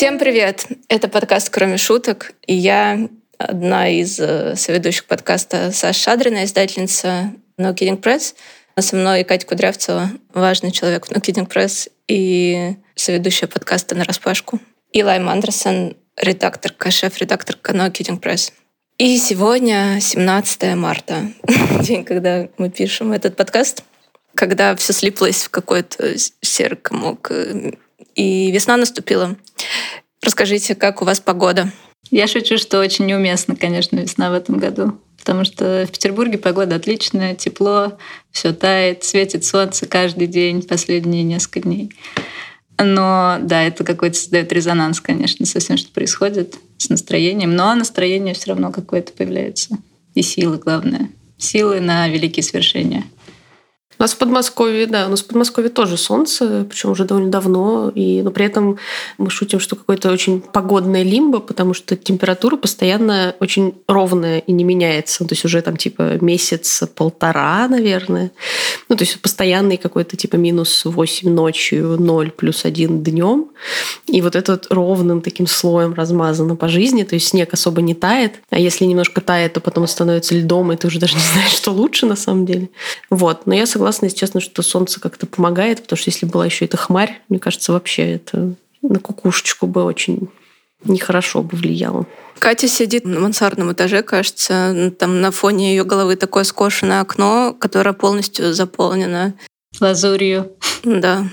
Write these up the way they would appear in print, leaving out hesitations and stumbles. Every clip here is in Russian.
Всем привет! Это подкаст «Кроме шуток», и я одна из соведущих подкаста Саша Шадрина, издательница No Kidding Press. Со мной Катя Кудрявцева, важный человек в No Kidding Press и соведущая подкаста «Нараспашку». И Лайма Андерсон, редакторка, шеф-редакторка No Kidding Press. И сегодня 17 марта, день, когда мы пишем этот подкаст, когда все слиплось в какой-то серый комок, и весна наступила. Расскажите, как у вас погода? Я шучу, что очень неуместно, конечно, весна в этом году. Потому что в Петербурге погода отличная, тепло, все тает, светит солнце каждый день, последние несколько дней. Но да, это какой-то создает резонанс, конечно, со всем, что происходит, с настроением. Но настроение все равно какое-то появляется. И силы, главное. Силы на великие свершения. У нас в Подмосковье, да, у нас в Подмосковье тоже солнце, причем уже довольно давно, но при этом мы шутим, что какое-то очень погодное лимбо, потому что температура постоянно очень ровная и не меняется. То есть уже там типа месяц-полтора, наверное. То есть постоянный какой-то типа -8 ночью, 0 +1 днем. И вот этот ровным таким слоем размазано по жизни. То есть снег особо не тает, а если немножко тает, то потом становится льдом, и ты уже даже не знаешь, что лучше на самом деле. Вот. Но я согласна, если честно, что солнце как-то помогает, потому что если была еще эта хмарь, мне кажется, вообще это на кукушечку бы очень нехорошо бы влияло. Катя сидит на мансардном этаже, кажется, там на фоне ее головы такое скошенное окно, которое полностью заполнено лазурью. Да.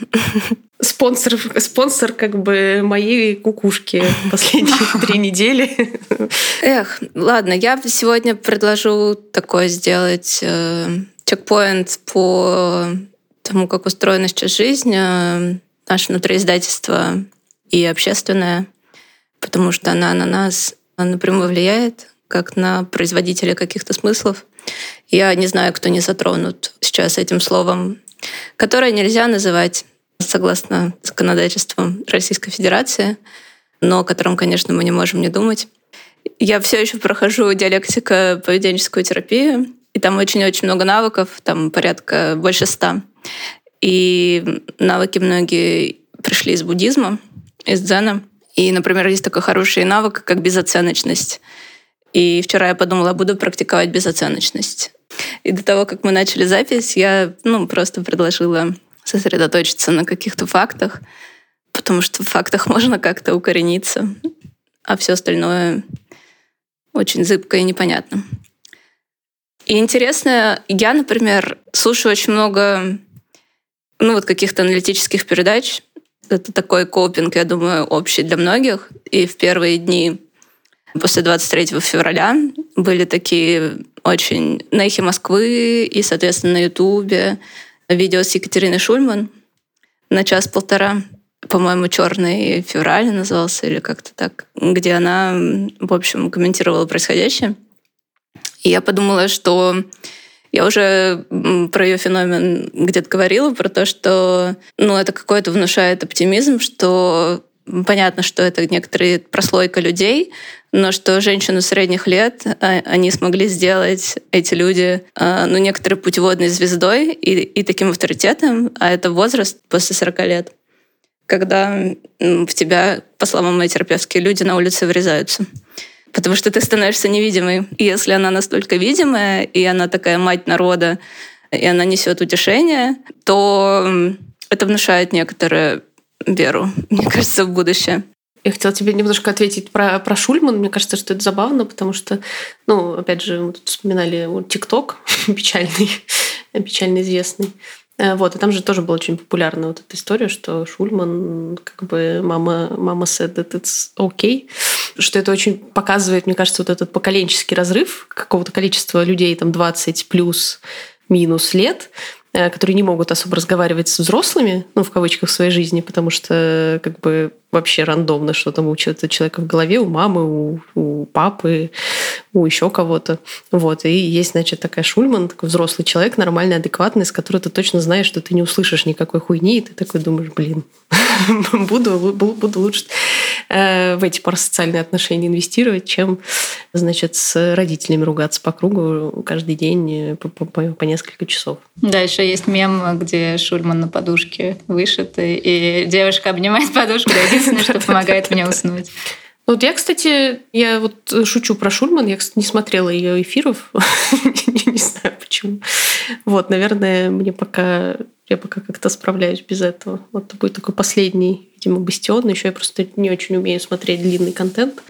Спонсор как бы моей кукушки последние 3 недели. Эх, ладно, я сегодня предложу такое сделать чекпоинт по тому, как устроена сейчас жизнь, наше внутрииздательство и общественное, потому что она на нас напрямую влияет, как на производителя каких-то смыслов. Я не знаю, кто не затронут сейчас этим словом, которое нельзя называть согласно законодательству Российской Федерации, но о котором, конечно, мы не можем не думать. Я все еще прохожу диалектико-поведенческую терапию, и там очень-очень много навыков, там порядка больше 100. И навыки многие пришли из буддизма, из дзена. И, например, есть такой хороший навык, как безоценочность. И вчера я подумала, буду практиковать безоценочность. И до того, как мы начали запись, я просто предложила сосредоточиться на каких-то фактах, потому что в фактах можно как-то укорениться, а все остальное очень зыбко и непонятно. И интересно, я, например, слушаю очень много каких-то аналитических передач. Это такой копинг, я думаю, общий для многих. И в первые дни после 23 февраля были такие очень на «Эхе Москвы» и, соответственно, на Ютубе видео с Екатериной Шульман на 1-1.5. По-моему, «Черный февраль» назывался или как-то так, где она, в общем, комментировала происходящее. И я подумала, что я уже про ее феномен где-то говорила, про то, что это какой-то внушает оптимизм, что понятно, что это некоторая прослойка людей, но что женщину средних лет они смогли сделать, эти люди, некоторой путеводной звездой и таким авторитетом, а это возраст после 40 лет, когда в тебя, по словам моей терапевтки, люди на улице врезаются. Потому что ты становишься невидимой. И если она настолько видимая, и она такая мать народа, и она несет утешение, то это внушает некоторую веру, мне кажется, в будущее. Я хотела тебе немножко ответить про Шульман. Мне кажется, что это забавно, потому что, опять же, мы тут вспоминали ТикТок печально известный. Вот, и там же тоже была очень популярна вот эта история, что Шульман, как бы мама said that it's okay, что это очень показывает, мне кажется, вот этот поколенческий разрыв какого-то количества людей, там 20 плюс-минус лет, которые не могут особо разговаривать с взрослыми, в кавычках, в своей жизни, потому что как бы вообще рандомно, что там у человека в голове, у мамы, у папы, у еще кого-то. Вот. И есть, значит, такая Шульман, такой взрослый человек, нормальный, адекватный, с которой ты точно знаешь, что ты не услышишь никакой хуйни, и ты такой думаешь, буду лучше в эти парасоциальные отношения инвестировать, чем значит, с родителями ругаться по кругу каждый день по несколько часов. Да, еще есть мем, где Шульман на подушке вышит, и девушка обнимает подушку, это единственное, что помогает мне уснуть. Вот я, кстати, шучу про Шульман, я, кстати, не смотрела ее эфиров, не знаю почему. Вот, наверное, я пока как-то справляюсь без этого. Вот это будет такой последний, видимо, бастион. Еще я просто не очень умею смотреть длинный контент.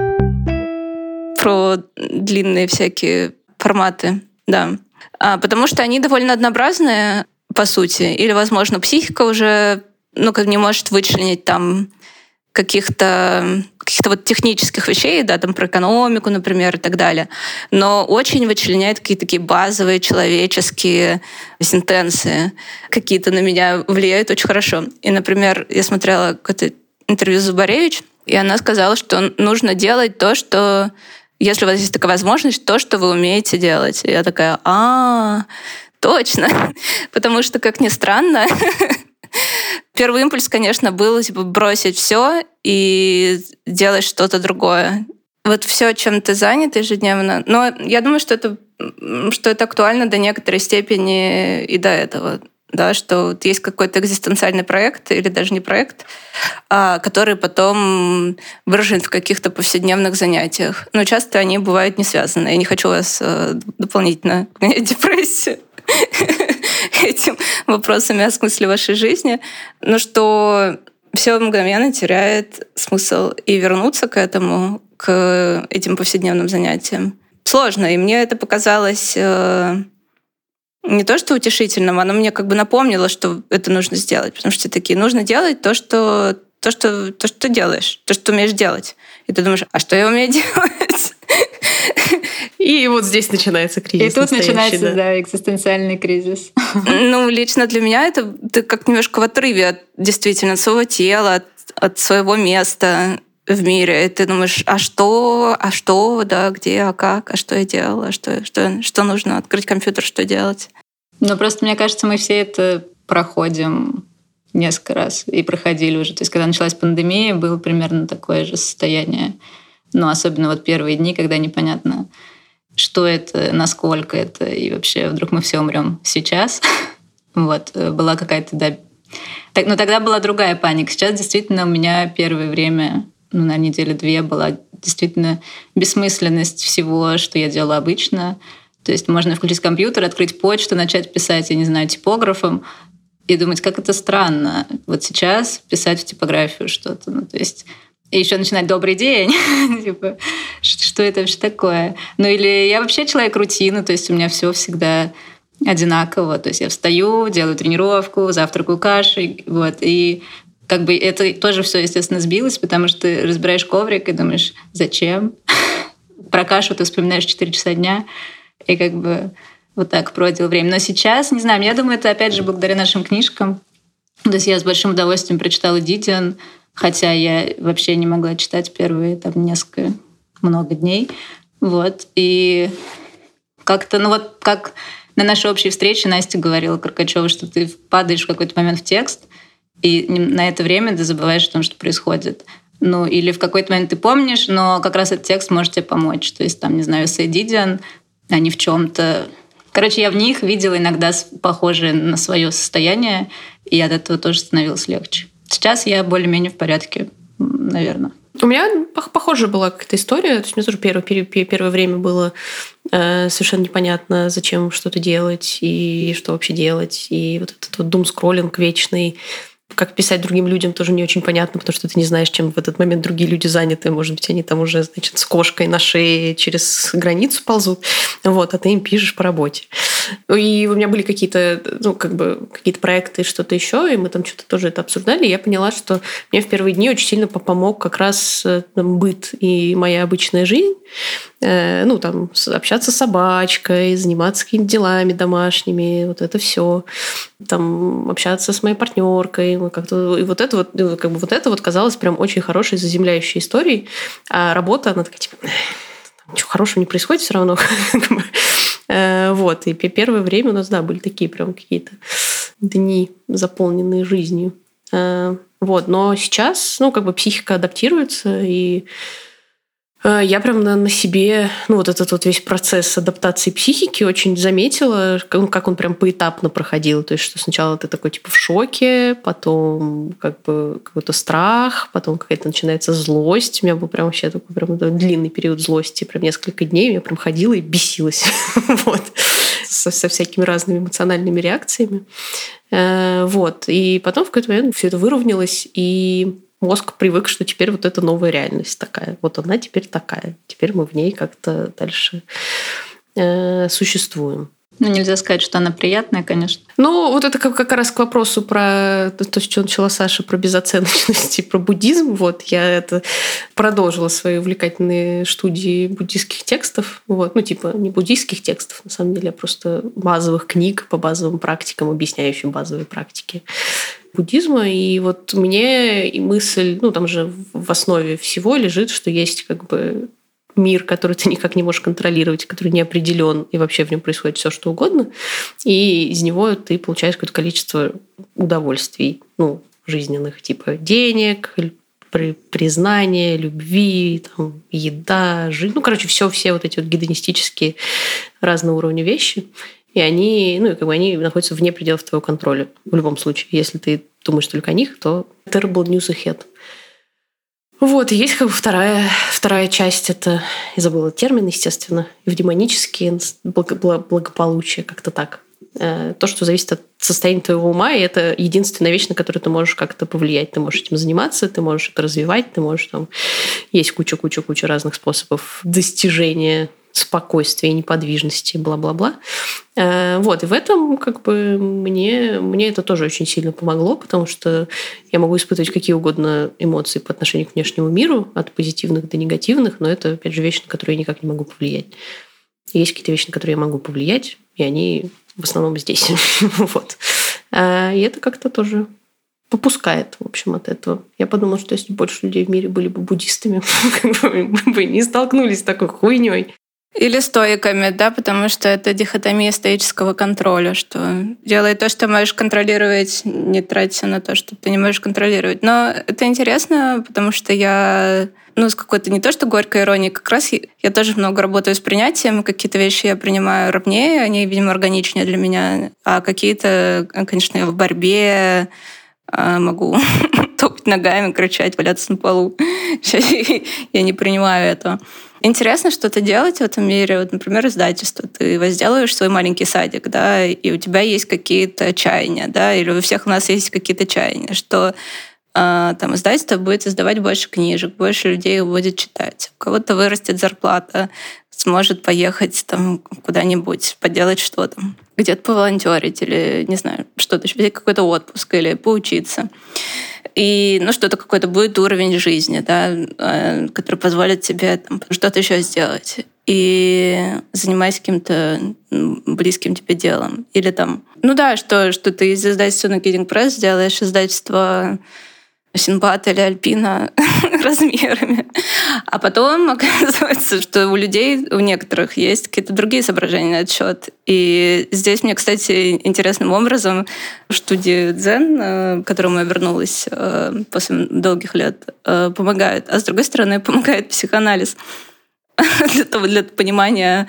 Про длинные всякие форматы, да. Потому что они довольно однообразные, по сути. Или, возможно, психика уже как не может вычленить там каких-то вот технических вещей, да, там про экономику, например, и так далее. Но очень вычленяет какие-то такие базовые человеческие сентенции. Какие-то на меня влияют очень хорошо. И, например, я смотрела какое-то интервью с Зубаревич, и она сказала, что нужно делать то, что, если у вас есть такая возможность, то, что вы умеете делать. И я такая, точно. Потому что, как ни странно, первый импульс, конечно, был бросить все и делать что-то другое. Вот все, чем ты занят ежедневно. Но я думаю, что это актуально до некоторой степени и до этого. Да, что вот есть какой-то экзистенциальный проект, или даже не проект, который потом выражен в каких-то повседневных занятиях. Но часто они бывают не связаны. Я не хочу вас дополнительно гонять в депрессию этим вопросами о смысле вашей жизни, но что все мгновенно теряет смысл, и вернуться к этому, к этим повседневным занятиям сложно. И мне это показалось не то, что утешительным, оно мне как бы напомнило, что это нужно сделать, потому что такие, нужно делать то, что ты делаешь, то, что ты умеешь делать. И ты думаешь, а что я умею делать? И вот здесь начинается кризис. И тут начинается, да, экзистенциальный кризис. Лично для меня это ты как немножко в отрыве действительно от своего тела, от своего места в мире. И ты думаешь, а что, да, где, как, что я делала, что нужно, открыть компьютер, что делать. Просто мне кажется, мы все это проходим несколько раз и проходили уже. То есть, когда началась пандемия, было примерно такое же состояние. Особенно вот первые дни, когда непонятно, что это, насколько это, и вообще вдруг мы все умрем сейчас. Вот, была какая-то, да. Но тогда была другая паника. Сейчас действительно у меня первое время, на неделю-две, была действительно бессмысленность всего, что я делала обычно. То есть можно включить компьютер, открыть почту, начать писать, я не знаю, типографом, и думать, как это странно. Вот сейчас писать в типографию что-то. То есть и еще начинать «добрый день». Типа, что это вообще такое? Или я вообще человек рутины, то есть у меня все всегда одинаково. То есть я встаю, делаю тренировку, завтракаю кашей. Вот, и как бы это тоже все, естественно, сбилось, потому что ты разбираешь коврик и думаешь, зачем? Про кашу ты вспоминаешь 4 часа дня. И как бы вот так проводил время. Но сейчас, не знаю, я думаю, это опять же благодаря нашим книжкам. То есть я с большим удовольствием прочитала Дидиан, хотя я вообще не могла читать первые много дней. Вот. И как-то, как на нашей общей встрече Настя говорила Каркачева, что ты падаешь в какой-то момент в текст, и на это время ты забываешь о том, что происходит. Или в какой-то момент ты помнишь, но как раз этот текст может тебе помочь. То есть там, не знаю, эссе Дидиан, они в чем-то... Короче, я в них видела иногда похожие на свое состояние, и от этого тоже становилось легче. Сейчас я более-менее в порядке, наверное. У меня похожая была какая-то история. То есть мне тоже первое время было совершенно непонятно, зачем что-то делать и что вообще делать. И вот этот вот думскроллинг вечный. Как писать другим людям тоже не очень понятно, потому что ты не знаешь, чем в этот момент другие люди заняты. Может быть, они там уже, значит, с кошкой на шее через границу ползут, вот, а ты им пишешь по работе. И у меня были какие-то проекты, что-то еще, и мы там что-то тоже это обсуждали, и я поняла, что мне в первые дни очень сильно помог как раз быт и моя обычная жизнь. Общаться с собачкой, заниматься какими-то делами домашними, вот это все. Там общаться с моей партнеркой. И вот это казалось прям очень хорошей заземляющей историей. А работа, она такая, типа, ничего хорошего не происходит все равно. Вот. И первое время у нас, да, были такие прям какие-то дни, заполненные жизнью. Вот. Но сейчас, психика адаптируется, и Я прям на себе, вот этот вот весь процесс адаптации психики очень заметила, как он прям поэтапно проходил. То есть, что сначала ты такой типа в шоке, потом как бы какой-то страх, потом какая-то начинается злость. У меня был прям вообще такой прям длинный период злости, прям несколько дней. Я прям ходила и бесилась. Вот. Со всякими разными эмоциональными реакциями. Вот. И потом в какой-то момент все это выровнялось, и мозг привык, что теперь вот это новая реальность такая. Вот она теперь такая. Теперь мы в ней как-то дальше существуем. Нельзя сказать, что она приятная, конечно. Вот это как раз к вопросу про то, с чего начала Саша, про безоценочность и про буддизм. Вот, я это продолжила свои увлекательные студии буддийских текстов. Вот, не буддийских текстов, на самом деле, а просто базовых книг по базовым практикам, объясняющим базовые практики буддизма. И вот мне и мысль, там же в основе всего лежит, что есть как бы мир, который ты никак не можешь контролировать, который не определен, и вообще в нем происходит все, что угодно, и из него ты получаешь какое-то количество удовольствий, жизненных, типа денег, признания, любви, еда, жизнь. Все вот эти вот гедонистические разного уровня вещи. И они, они находятся вне пределов твоего контроля. В любом случае, если ты думаешь только о них, то terrible news ahead. Вот, и есть как бы вторая часть, это, я забыла термин, естественно, евдемонические благополучие, как-то так. То, что зависит от состояния твоего ума, и это единственная вещь, на которую ты можешь как-то повлиять. Ты можешь этим заниматься, ты можешь это развивать, ты можешь есть куча разных способов достижения спокойствия, неподвижности, бла-бла-бла. Вот, и в этом как бы мне это тоже очень сильно помогло, потому что я могу испытывать какие угодно эмоции по отношению к внешнему миру, от позитивных до негативных, но это, опять же, вещи, на которые я никак не могу повлиять. И есть какие-то вещи, на которые я могу повлиять, и они в основном здесь. Вот. И это как-то тоже попускает, в общем, от этого. Я подумала, что если больше людей в мире были бы буддистами, мы бы не столкнулись с такой хуйней. Или стоиками, да, потому что это дихотомия стоического контроля, что делай то, что можешь контролировать, не траться на то, что ты не можешь контролировать. Но это интересно, потому что я, с какой-то не то что горькой иронией, как раз я тоже много работаю с принятием, какие-то вещи я принимаю ровнее, они, видимо, органичнее для меня, а какие-то, конечно, я в борьбе могу топать ногами, кричать, валяться на полу. Я не принимаю этого. Интересно что-то делать в этом мире. Вот, например, издательство. Ты возделываешь свой маленький садик, да, и у тебя есть какие-то чаяния, да, или у всех у нас есть какие-то чаяния, что издательство будет издавать больше книжек, больше людей будет читать. У кого-то вырастет зарплата, сможет поехать куда-нибудь, поделать что-то, где-то поволонтерить или, не знаю, что-то, взять какой-то отпуск или поучиться. И что-то какой-то будет уровень жизни, да, который позволит тебе что-то еще сделать. И занимаясь каким-то близким тебе делом. Или что ты из издательства на Kidding Press сделаешь издательство Синбад или Альпина размерами. А потом оказывается, что у людей, у некоторых, есть какие-то другие соображения на этот счет. И здесь мне, кстати, интересным образом в студии Дзен, к которому я вернулась после долгих лет, помогает. А с другой стороны, помогает психоанализ для понимания.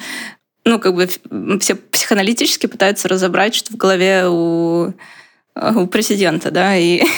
Все психоаналитически пытаются разобрать, что в голове у президента, да,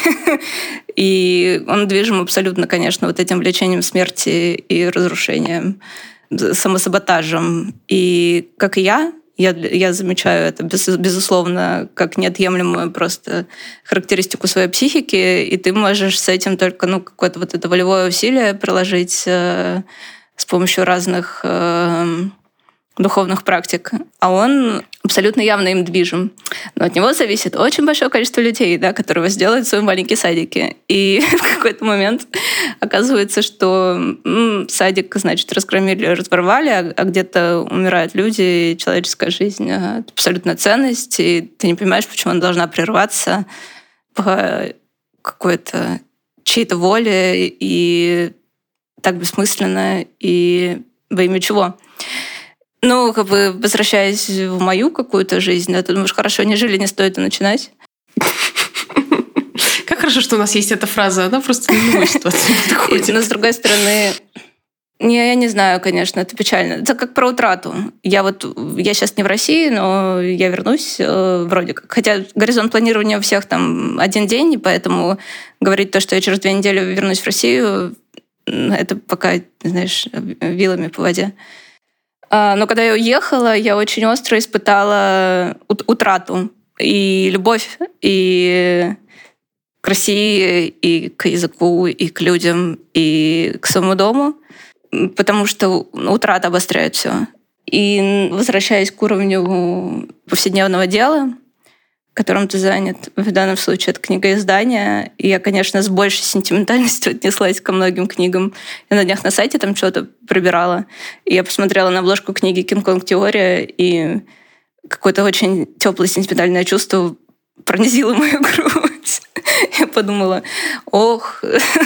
и он движим абсолютно, конечно, вот этим влечением смерти и разрушением, самосаботажем. И как и я замечаю это, безусловно, как неотъемлемую просто характеристику своей психики, и ты можешь с этим только, какое-то вот это волевое усилие приложить с помощью разных духовных практик, а он абсолютно явно им движим. Но от него зависит очень большое количество людей, да, которые сделают свои маленькие садики. И в какой-то момент оказывается, что садик, значит, разгромили, разворовали, а где-то умирают люди, и человеческая жизнь — это абсолютная ценность, и ты не понимаешь, почему она должна прерваться по какой-то чьей-то воле, и так бессмысленно, и во имя чего. Возвращаясь в мою какую-то жизнь, да, ты думаешь, хорошо, не жили, не стоит и начинать. Как хорошо, что у нас есть эта фраза, она просто не любой ситуации подходит. Но, с другой стороны, Я не знаю, конечно, это печально. Это как про утрату. Я сейчас не в России, но я вернусь вроде как. Хотя горизонт планирования у всех там 1 день, и поэтому говорить то, что я через 2 недели вернусь в Россию, это пока, знаешь, вилами по воде. Но когда я уехала, я очень остро испытала утрату. И любовь, и к России, и к языку, и к людям, и к своему дому. Потому что утрата обостряет все. И возвращаясь к уровню повседневного дела, которым ты занят, в данном случае это книгоиздание, и я, конечно, с большей сентиментальностью отнеслась ко многим книгам. Я на днях на сайте там что-то прибирала, и я посмотрела на обложку книги «Кинг-Конг. Теория», и какое-то очень теплое сентиментальное чувство пронизило мою грудь. Я подумала, ох,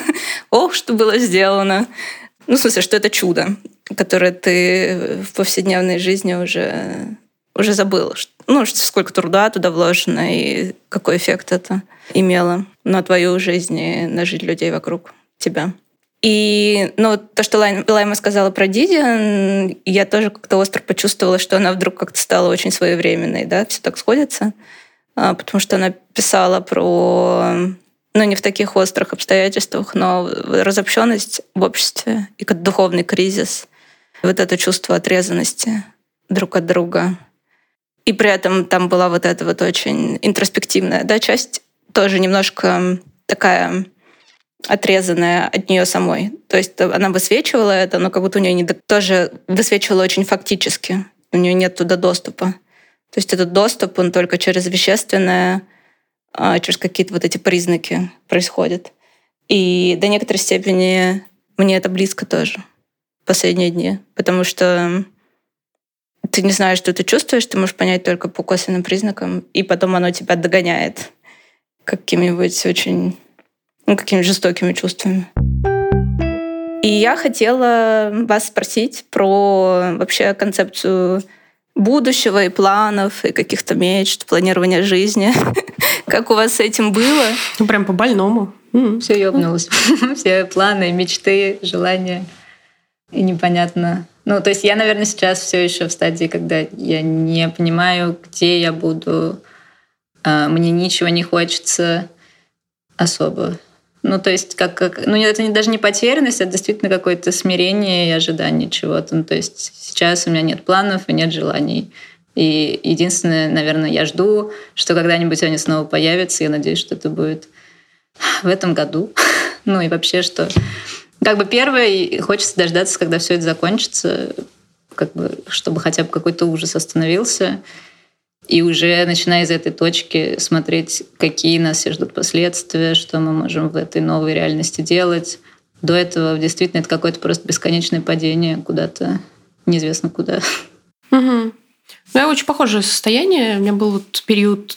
что было сделано. В смысле, что это чудо, которое ты в повседневной жизни уже забыл. Сколько труда туда вложено и какой эффект это имело на твою жизнь и на жизнь людей вокруг тебя. И то, что Лайма сказала про Диди, я тоже как-то остро почувствовала, что она вдруг как-то стала очень своевременной, да, все так сходится, потому что она писала про... не в таких острых обстоятельствах, но разобщенность в обществе и как духовный кризис, вот это чувство отрезанности друг от друга. И при этом там была вот эта вот очень интроспективная, да, часть, тоже немножко такая отрезанная от нее самой. То есть она высвечивала это, но как будто у нее тоже высвечивала очень фактически. У нее нет туда доступа. То есть этот доступ, он только через вещественное, через какие-то вот эти признаки происходят. И до некоторой степени мне это близко тоже в последние дни, потому что ты не знаешь, что ты чувствуешь, ты можешь понять только по косвенным признакам, и потом оно тебя догоняет какими-нибудь очень какими-то жестокими чувствами. И я хотела вас спросить про вообще концепцию будущего и планов, и каких-то мечт, планирования жизни. Как у вас с этим было? Прям по-больному. Все ёбнулось. Все планы, мечты, желания. И непонятно. То есть я, наверное, сейчас все еще в стадии, когда я не понимаю, где я буду. Мне ничего не хочется особо. То есть это даже не потерянность, а действительно какое-то смирение и ожидание чего-то. То есть сейчас у меня нет планов и нет желаний. И единственное, наверное, я жду, что когда-нибудь они снова появятся. Я надеюсь, что это будет в этом году. И вообще, что... Первое, хочется дождаться, когда все это закончится, чтобы хотя бы какой-то ужас остановился. И уже, начиная из этой точки, смотреть, какие нас все ждут последствия, что мы можем в этой новой реальности делать. До этого действительно это какое-то просто бесконечное падение куда-то, неизвестно куда. Угу. Очень похожее состояние. У меня был период,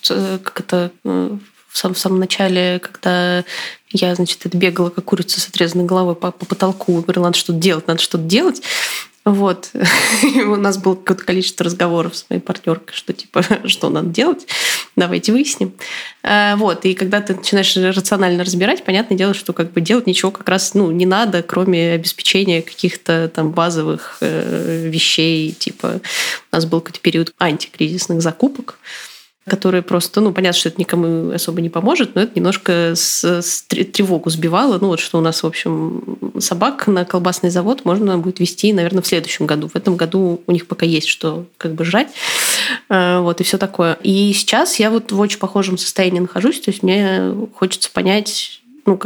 в самом начале, когда я, бегала как курица с отрезанной головой по потолку, говорила, надо что-то делать. Вот. И у нас было какое-то количество разговоров с моей партнеркой, что что надо делать, давайте выясним. Вот. И когда ты начинаешь рационально разбирать, понятное дело, что делать ничего как раз не надо, кроме обеспечения каких-то там базовых вещей. У нас был какой-то период антикризисных закупок, которые просто, понятно, что это никому особо не поможет, но это немножко тревогу сбивало. Что у нас, в общем, собак на колбасный завод можно будет вести, наверное, в следующем году. В этом году у них пока есть что жрать. Вот, и все такое. И сейчас я в очень похожем состоянии нахожусь. То есть мне хочется понять,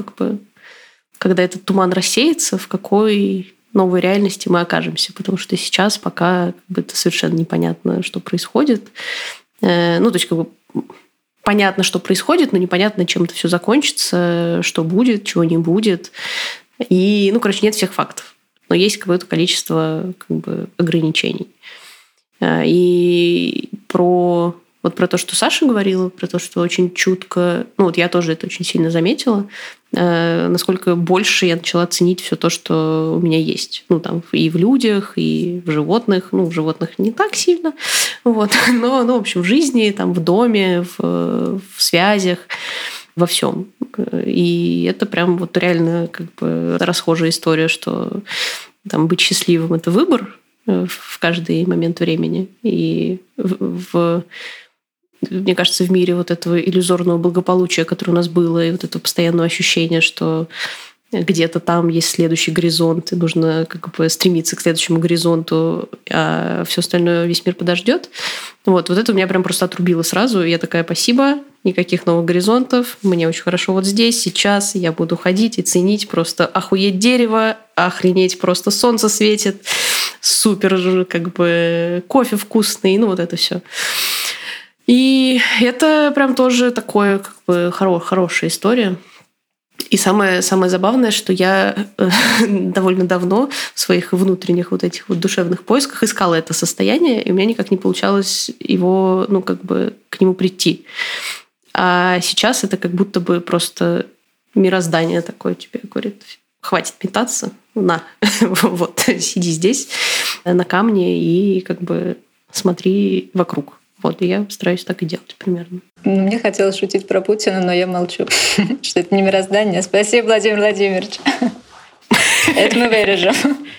когда этот туман рассеется, в какой новой реальности мы окажемся. Потому что сейчас пока это совершенно непонятно, что происходит. То есть понятно, что происходит, но непонятно, чем это все закончится, что будет, чего не будет. И, нет всех фактов. Но есть какое-то количество ограничений. И про то, что Саша говорила, про то, что очень чутко... я тоже это очень сильно заметила, насколько больше я начала ценить все то, что у меня есть. И в людях, и в животных. В животных не так сильно. Вот. Но, в общем, в жизни, в доме, в связях, во всем. И это прям реально расхожая история, что там, быть счастливым — это выбор в каждый момент времени. И мне кажется, в мире вот этого иллюзорного благополучия, которое у нас было, и вот этого постоянного ощущения, что где-то там есть следующий горизонт, и нужно как бы стремиться к следующему горизонту, а все остальное, весь мир подождет. Вот это меня прям просто отрубило сразу. И я такая: спасибо, никаких новых горизонтов, мне очень хорошо вот здесь, сейчас, я буду ходить и ценить просто охуеть дерево, охренеть просто солнце светит, супер как бы кофе вкусный, вот это все. И это прям тоже такое как бы хорошая история. И самое забавное, что я довольно давно в своих внутренних вот этих вот душевных поисках искала это состояние, и у меня никак не получалось его, как бы к нему прийти. А сейчас это как будто бы просто мироздание такое тебе говорит: хватит метаться, на, вот, сиди здесь на камне и как бы смотри вокруг. И я стараюсь так и делать примерно. Мне хотелось шутить про Путина, но я молчу, что это не мироздание. Спасибо, Владимир Владимирович. Это мы вырежем.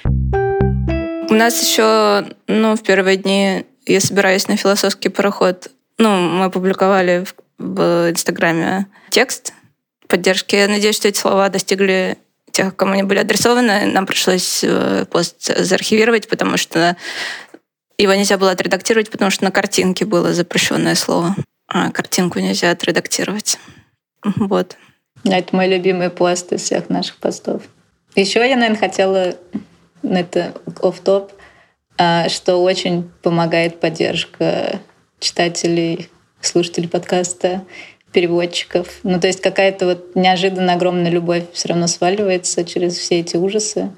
У нас еще, в первые дни я собираюсь на философский пароход. Мы опубликовали в Инстаграме текст поддержки. Я надеюсь, что эти слова достигли тех, кому они были адресованы. Нам пришлось пост заархивировать, потому что его нельзя было отредактировать, потому что на картинке было запрещенное слово. А картинку нельзя отредактировать. Вот. Это мой любимый пост из всех наших постов. Еще я, наверное, хотела, это офф-топ, что очень помогает поддержка читателей, слушателей подкаста, переводчиков. То есть какая-то вот неожиданно огромная любовь все равно сваливается через все эти ужасы.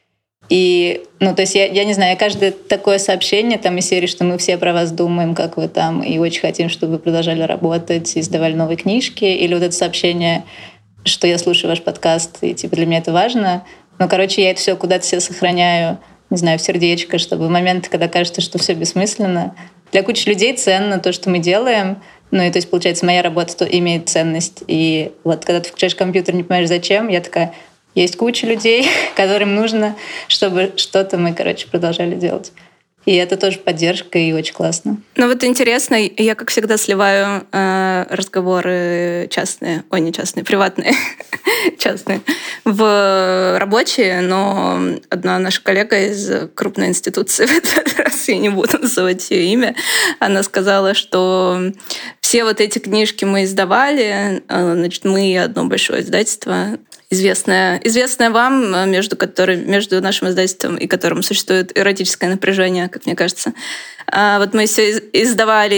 И, то есть я не знаю, я каждое такое сообщение там из серии, что мы все про вас думаем, как вы там, и очень хотим, чтобы вы продолжали работать, и издавали новые книжки, или вот это сообщение, что я слушаю ваш подкаст, и для меня это важно. Я это все куда-то себе сохраняю, не знаю, в сердечко, чтобы в моменты, когда кажется, что все бессмысленно. Для кучи людей ценно то, что мы делаем. И то есть, получается, моя работа имеет ценность. И вот когда ты включаешь компьютер, не понимаешь, зачем, я такая: есть куча людей, которым нужно, чтобы что-то мы, продолжали делать. И это тоже поддержка, и очень классно. Интересно, я, как всегда, сливаю разговоры частные, не частные, приватные, частные, в рабочие, но одна наша коллега из крупной институции, в этот раз я не буду называть ее имя, она сказала, что все вот эти книжки мы издавали, мы одно большое издательство, известное вам, между нашим издательством и которым существует эротическое напряжение, как мне кажется. Мы все издавали,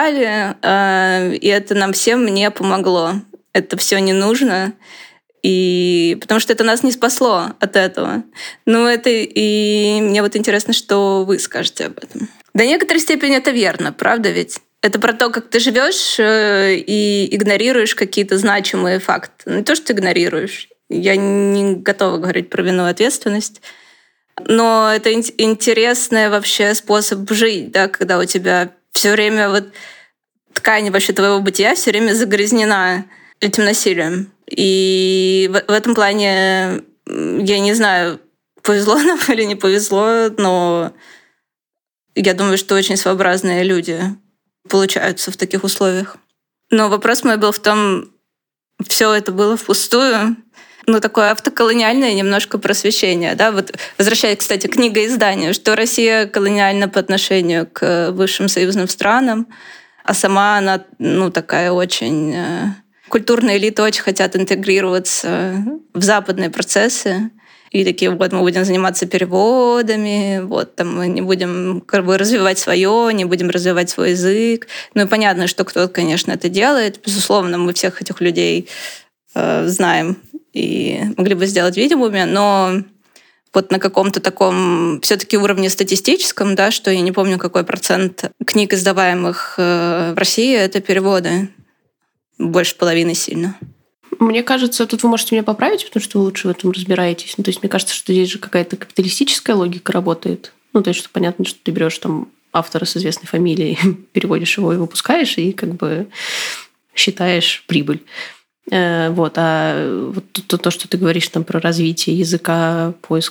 и это нам всем не помогло. Это все не нужно, потому что это нас не спасло от этого. И мне интересно, что вы скажете об этом. До некоторой степени это верно, правда ведь? Это про то, как ты живешь и игнорируешь какие-то значимые факты. Не то, что ты игнорируешь. Я не готова говорить про вину и ответственность. Но это интересный вообще способ жить, да, когда у тебя все время ткань вообще твоего бытия все время загрязнена этим насилием. И в этом плане, я не знаю, повезло нам или не повезло, но я думаю, что очень своеобразные люди получаются в таких условиях. Но вопрос мой был в том, все это было впустую. Такое автоколониальное немножко просвещение. Да? Возвращаясь, кстати, к книгоизданию, что Россия колониальна по отношению к бывшим союзным странам, а сама она такая очень... Культурные элиты очень хотят интегрироваться в западные процессы. И такие: мы будем заниматься переводами, мы не будем развивать свое, не будем развивать свой язык. И понятно, что кто-то, конечно, это делает. Безусловно, мы всех этих людей знаем и могли бы сделать видимыми, но на каком-то таком все-таки уровне статистическом, да, что я не помню, какой процент книг, издаваемых в России, это переводы. Больше половины сильно. Мне кажется, тут вы можете меня поправить, потому что вы лучше в этом разбираетесь. То есть мне кажется, что здесь же какая-то капиталистическая логика работает. То есть что понятно, что ты берешь там автора с известной фамилией, переводишь его и выпускаешь, и как бы считаешь прибыль. А то, что ты говоришь там про развитие языка, поиск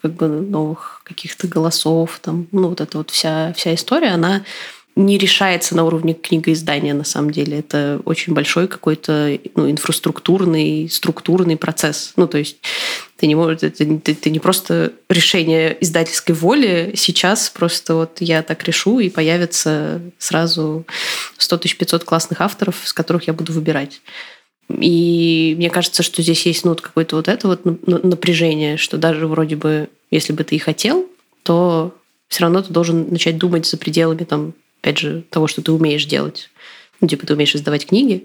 как бы новых каких-то голосов, там, ну, вот эта вот вся история, она не решается на уровне книгоиздания, на самом деле. Это очень большой какой-то инфраструктурный, структурный процесс. Ну, то есть ты не просто решение издательской воли. Сейчас просто вот я так решу, и появится сразу 100 500 классных авторов, с которых я буду выбирать. И мне кажется, что здесь есть какое-то вот это вот напряжение, что даже вроде бы, если бы ты и хотел, то все равно ты должен начать думать за пределами там, опять же, того, что ты умеешь делать. Ну, типа, ты умеешь издавать книги,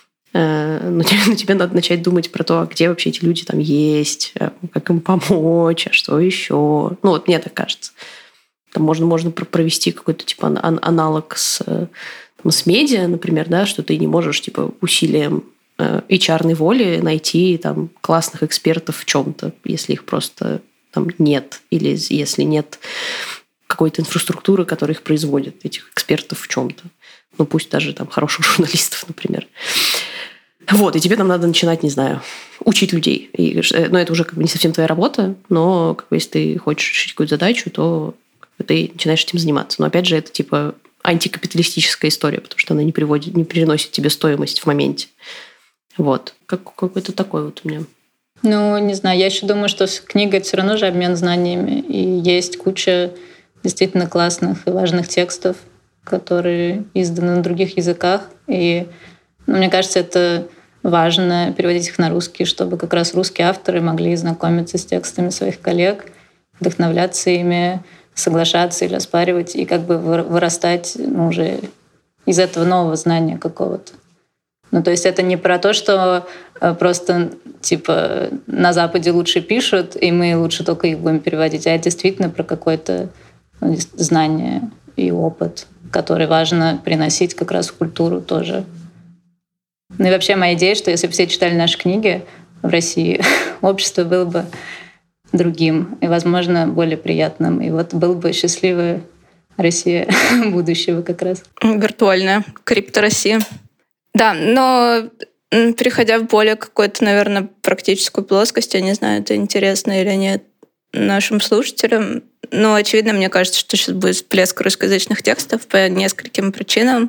но тебе надо начать думать про то, где вообще эти люди там есть, как им помочь, а что еще. Ну, вот мне так кажется. Там можно провести какой-то типа аналог с медиа, например, да, что ты не можешь типа усилием HR-ной воли найти там классных экспертов в чем-то, если их просто там нет, или если нет какой-то инфраструктуры, которая их производит, этих экспертов в чем-то. Ну, пусть даже там хороших журналистов, например. Вот, и тебе там надо начинать, не знаю, учить людей. Но это уже как бы не совсем твоя работа, но как бы, если ты хочешь решить какую-то задачу, то как бы, ты начинаешь этим заниматься. Но опять же, это типа антикапиталистическая история, потому что она не переносит тебе стоимость в моменте. Вот. Какой-то такой вот у меня. Ну, не знаю, я еще думаю, что книга — это все равно же обмен знаниями. И есть куча действительно классных и важных текстов, которые изданы на других языках. И мне кажется, это важно переводить их на русский, чтобы как раз русские авторы могли знакомиться с текстами своих коллег, вдохновляться ими, соглашаться или оспаривать, и как бы вырастать уже из этого нового знания какого-то. Ну, то есть это не про то, что просто типа на Западе лучше пишут, и мы лучше только их будем переводить, а это действительно про какое-то знание и опыт, который важно приносить как раз в культуру тоже. Ну и вообще моя идея, что если бы все читали наши книги в России, общество было бы другим и, возможно, более приятным. И вот была бы счастливая Россия будущего как раз. Виртуальная крипто-Россия. Да, но переходя в более какую-то, наверное, практическую плоскость, я не знаю, это интересно или нет нашим слушателям, но, очевидно, мне кажется, что сейчас будет всплеск русскоязычных текстов по нескольким причинам.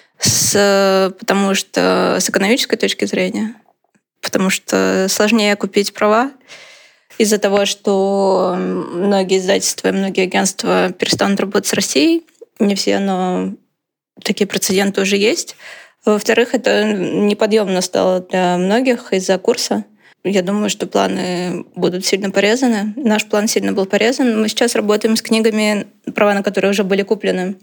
Потому что с экономической точки зрения, потому что сложнее купить права из-за того, что многие издательства и многие агентства перестанут работать с Россией. Не все, но такие прецеденты уже есть. Во-вторых, это неподъемно стало для многих из-за курса. Я думаю, что планы будут сильно порезаны. Наш план сильно был порезан. Мы сейчас работаем с книгами, права на которые уже были куплены.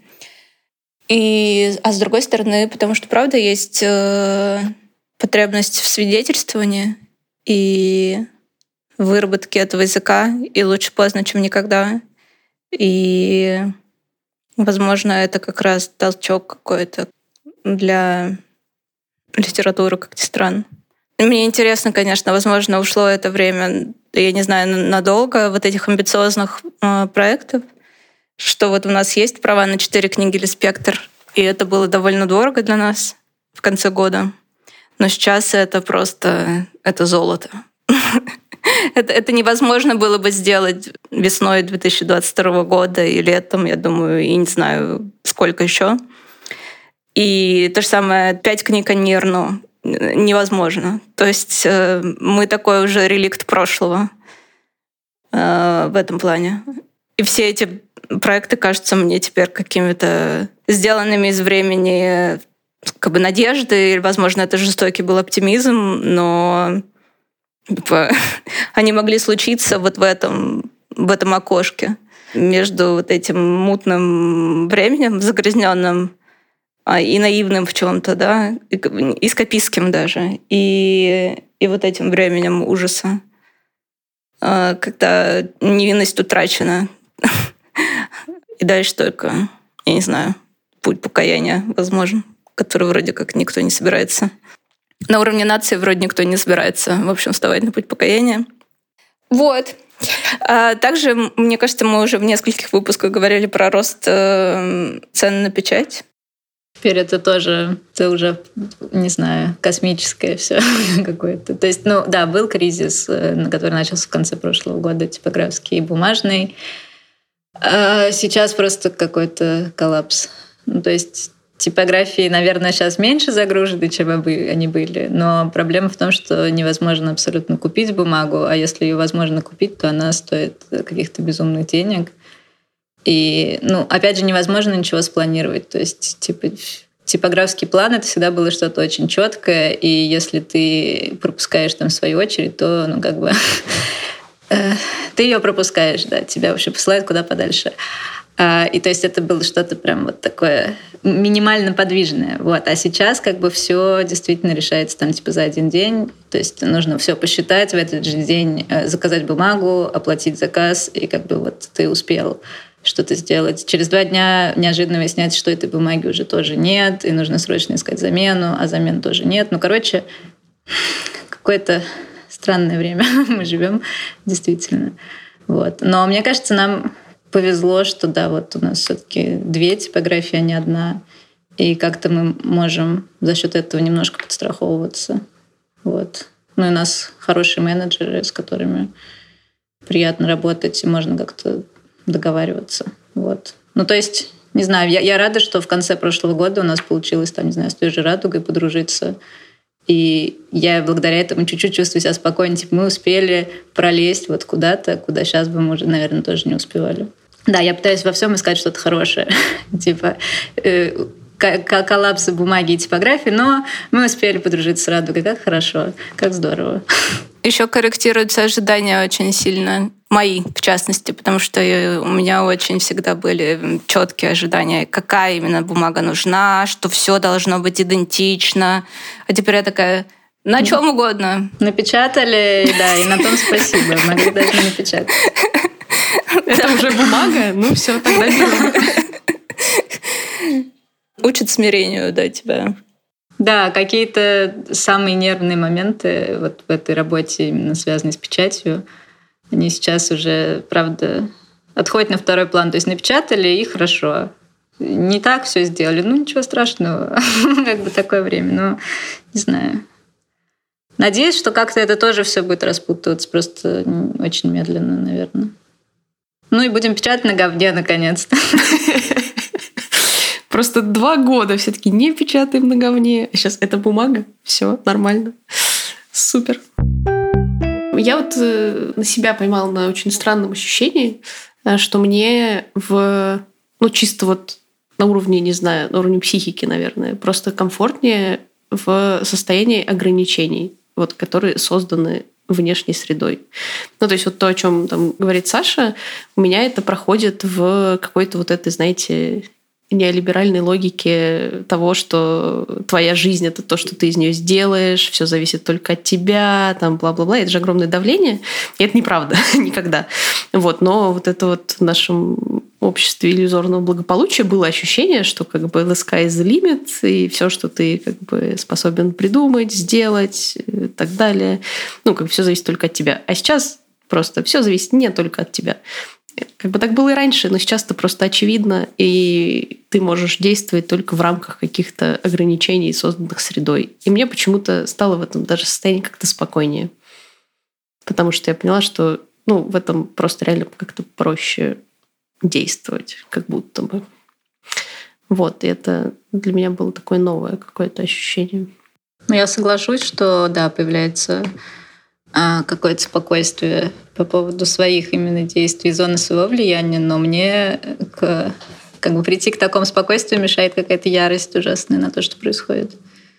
А с другой стороны, потому что, правда, есть потребность в свидетельствовании и выработке этого языка, и лучше поздно, чем никогда. И, возможно, это как раз толчок какой-то для литературы, как ни странно. Мне интересно, конечно, возможно, ушло это время, я не знаю, надолго, вот этих амбициозных проектов, что вот у нас есть права на 4 книги или «Спектр», и это было довольно дорого для нас в конце года. Но сейчас это просто это золото. Это невозможно было бы сделать весной 2022 года и летом, я думаю, и не знаю, сколько еще. И то же самое, 5 книг о Нирну невозможно. То есть мы такой уже реликт прошлого в этом плане. И все эти проекты кажутся мне теперь какими-то сделанными из времени как бы надежды, или, возможно, это жестокий был оптимизм, но они могли случиться вот в этом окошке между вот этим мутным временем, загрязненным и наивным в чем-то, да, и скопистским даже, и вот этим временем ужаса, когда невинность утрачена. И дальше только, я не знаю, путь покаяния, возможно, который вроде как никто не собирается. На уровне нации вроде никто не собирается, в общем, вставать на путь покаяния. Вот. Также, мне кажется, мы уже в нескольких выпусках говорили про рост цен на печать. Теперь это уже, не знаю, космическое все какое-то. То есть, был кризис, который начался в конце прошлого года, типографский и бумажный. А сейчас просто какой-то коллапс. То есть типографии, наверное, сейчас меньше загружены, чем они были, но проблема в том, что невозможно абсолютно купить бумагу, а если ее возможно купить, то она стоит каких-то безумных денег. И, опять же, невозможно ничего спланировать. То есть, типографский план — это всегда было что-то очень четкое, и если ты пропускаешь там свою очередь, то, ты ее пропускаешь, да, тебя вообще посылают куда подальше. И то есть это было что-то прям вот такое минимально подвижное. Вот. А сейчас все действительно решается за один день. То есть нужно все посчитать в этот же день, заказать бумагу, оплатить заказ, и ты успел что-то сделать. Через 2 дня неожиданно выясняется, что этой бумаги уже тоже нет, и нужно срочно искать замену, а замен тоже нет. Какое-то странное время мы живем, действительно. Вот. Но мне кажется, нам повезло, что у нас все-таки 2 типографии, а не 1. И как-то мы можем за счет этого немножко подстраховываться. Вот. И у нас хорошие менеджеры, с которыми приятно работать, и можно как-то договариваться. Вот. То есть, не знаю, я рада, что в конце прошлого года у нас получилось с той же «Радугой» подружиться. И я благодаря этому чуть-чуть чувствую себя спокойнее. Мы успели пролезть куда-то, куда сейчас бы мы уже, наверное, тоже не успевали. Да, я пытаюсь во всем искать что-то хорошее. Коллапсы бумаги и типографии, но мы успели подружиться с «Радугой». Как хорошо, как здорово. Еще корректируются ожидания очень сильно. Мои, в частности, потому что у меня очень всегда были четкие ожидания, какая именно бумага нужна, что все должно быть идентично. А теперь я такая: на чем угодно. Напечатали, да, и на том спасибо. Могли даже не напечатать. Это уже бумага? Все, тогда берем. Учат смирению, да, тебя. Да, какие-то самые нервные моменты в этой работе, именно связанные с печатью, они сейчас уже, правда, отходят на второй план. То есть напечатали, и хорошо. Не так все сделали, ничего страшного. Такое время. Не знаю. Надеюсь, что как-то это тоже все будет распутываться, просто очень медленно, наверное. И будем печатать на говне, наконец-то. Просто 2 года все-таки не печатаем на говне. А сейчас это бумага. Все нормально. Супер. Я на себя поймала на очень странном ощущении, что мне чисто на уровне, не знаю, на уровне психики, наверное, просто комфортнее в состоянии ограничений, которые созданы внешней средой. То есть то, о чем там говорит Саша, у меня это проходит в какой-то этой, знаете, неолиберальной логике того, что твоя жизнь — это то, что ты из нее сделаешь, все зависит только от тебя, там, бла-бла-бла. Это же огромное давление. И это неправда никогда. Но это в нашем обществе иллюзорного благополучия было ощущение, что the sky is the limit, и все, что ты способен придумать, сделать и так далее, все зависит только от тебя. А сейчас просто все зависит не только от тебя. Так было и раньше, но сейчас это просто очевидно, и ты можешь действовать только в рамках каких-то ограничений, созданных средой. И мне почему-то стало в этом даже состоянии как-то спокойнее. Потому что я поняла, что в этом просто реально как-то проще действовать, как будто бы. И это для меня было такое новое какое-то ощущение. Я соглашусь, что да, появляется какое-то спокойствие по поводу своих именно действий, зоны своего влияния, но мне прийти к такому спокойствию мешает какая-то ярость ужасная на то, что происходит.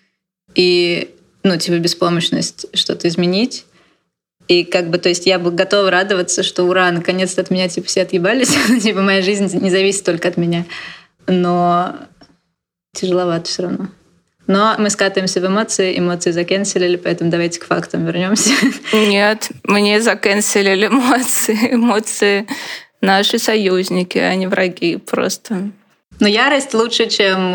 И, беспомощность что-то изменить. И то есть я бы готова радоваться, что ура, наконец-то от меня все отъебались, моя жизнь не зависит только от меня. Но тяжеловато все равно. Но мы скатываемся в эмоции закэнселили, поэтому давайте к фактам вернемся. Нет, мне закэнселили эмоции. Эмоции наши союзники, а не враги просто. Но ярость лучше, чем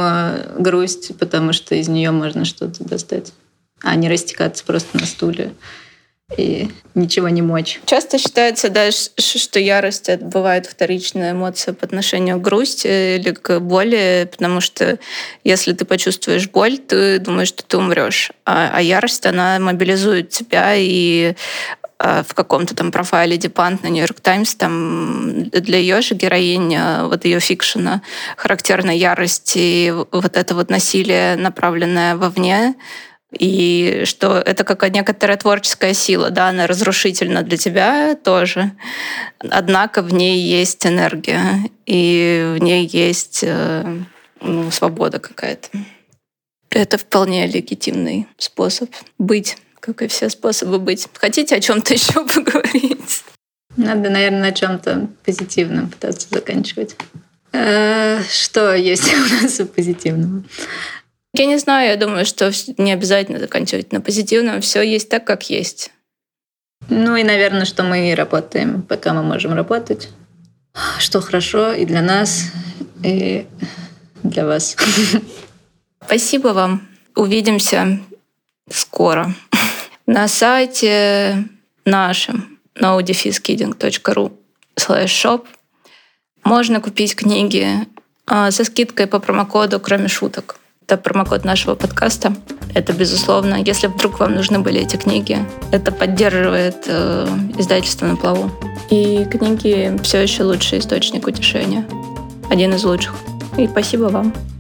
грусть, потому что из нее можно что-то достать, а не растекаться просто на стуле и ничего не мочь. Часто считается даже, что ярость — это бывает вторичная эмоция по отношению к грусти или к боли, потому что если ты почувствуешь боль, ты думаешь, что ты умрешь. А ярость, она мобилизует тебя, и в каком-то там профайле Дипант на Нью-Йорк Таймс, там для ее же героинь, вот ее фикшена, характерна ярость и вот это вот насилие, направленное вовне, и что это как некоторая творческая сила, да, она разрушительна для тебя тоже, однако в ней есть энергия, и в ней есть свобода какая-то. Это вполне легитимный способ быть, как и все способы быть. Хотите о чем-то еще поговорить? Надо, наверное, на чем-то позитивном пытаться заканчивать. Что есть у нас позитивного? Я не знаю, я думаю, что не обязательно заканчивать на позитивном. Все есть так, как есть. Ну и, наверное, что мы работаем, пока мы можем работать. Что хорошо и для нас, и для вас. Спасибо вам. Увидимся скоро. На сайте нашем no-kidding.ru/shop можно купить книги со скидкой по промокоду «Кроме шуток». Это промокод нашего подкаста. Это, безусловно, если вдруг вам нужны были эти книги, это поддерживает издательство «На плаву». И книги все еще лучший источник утешения. Один из лучших. И спасибо вам.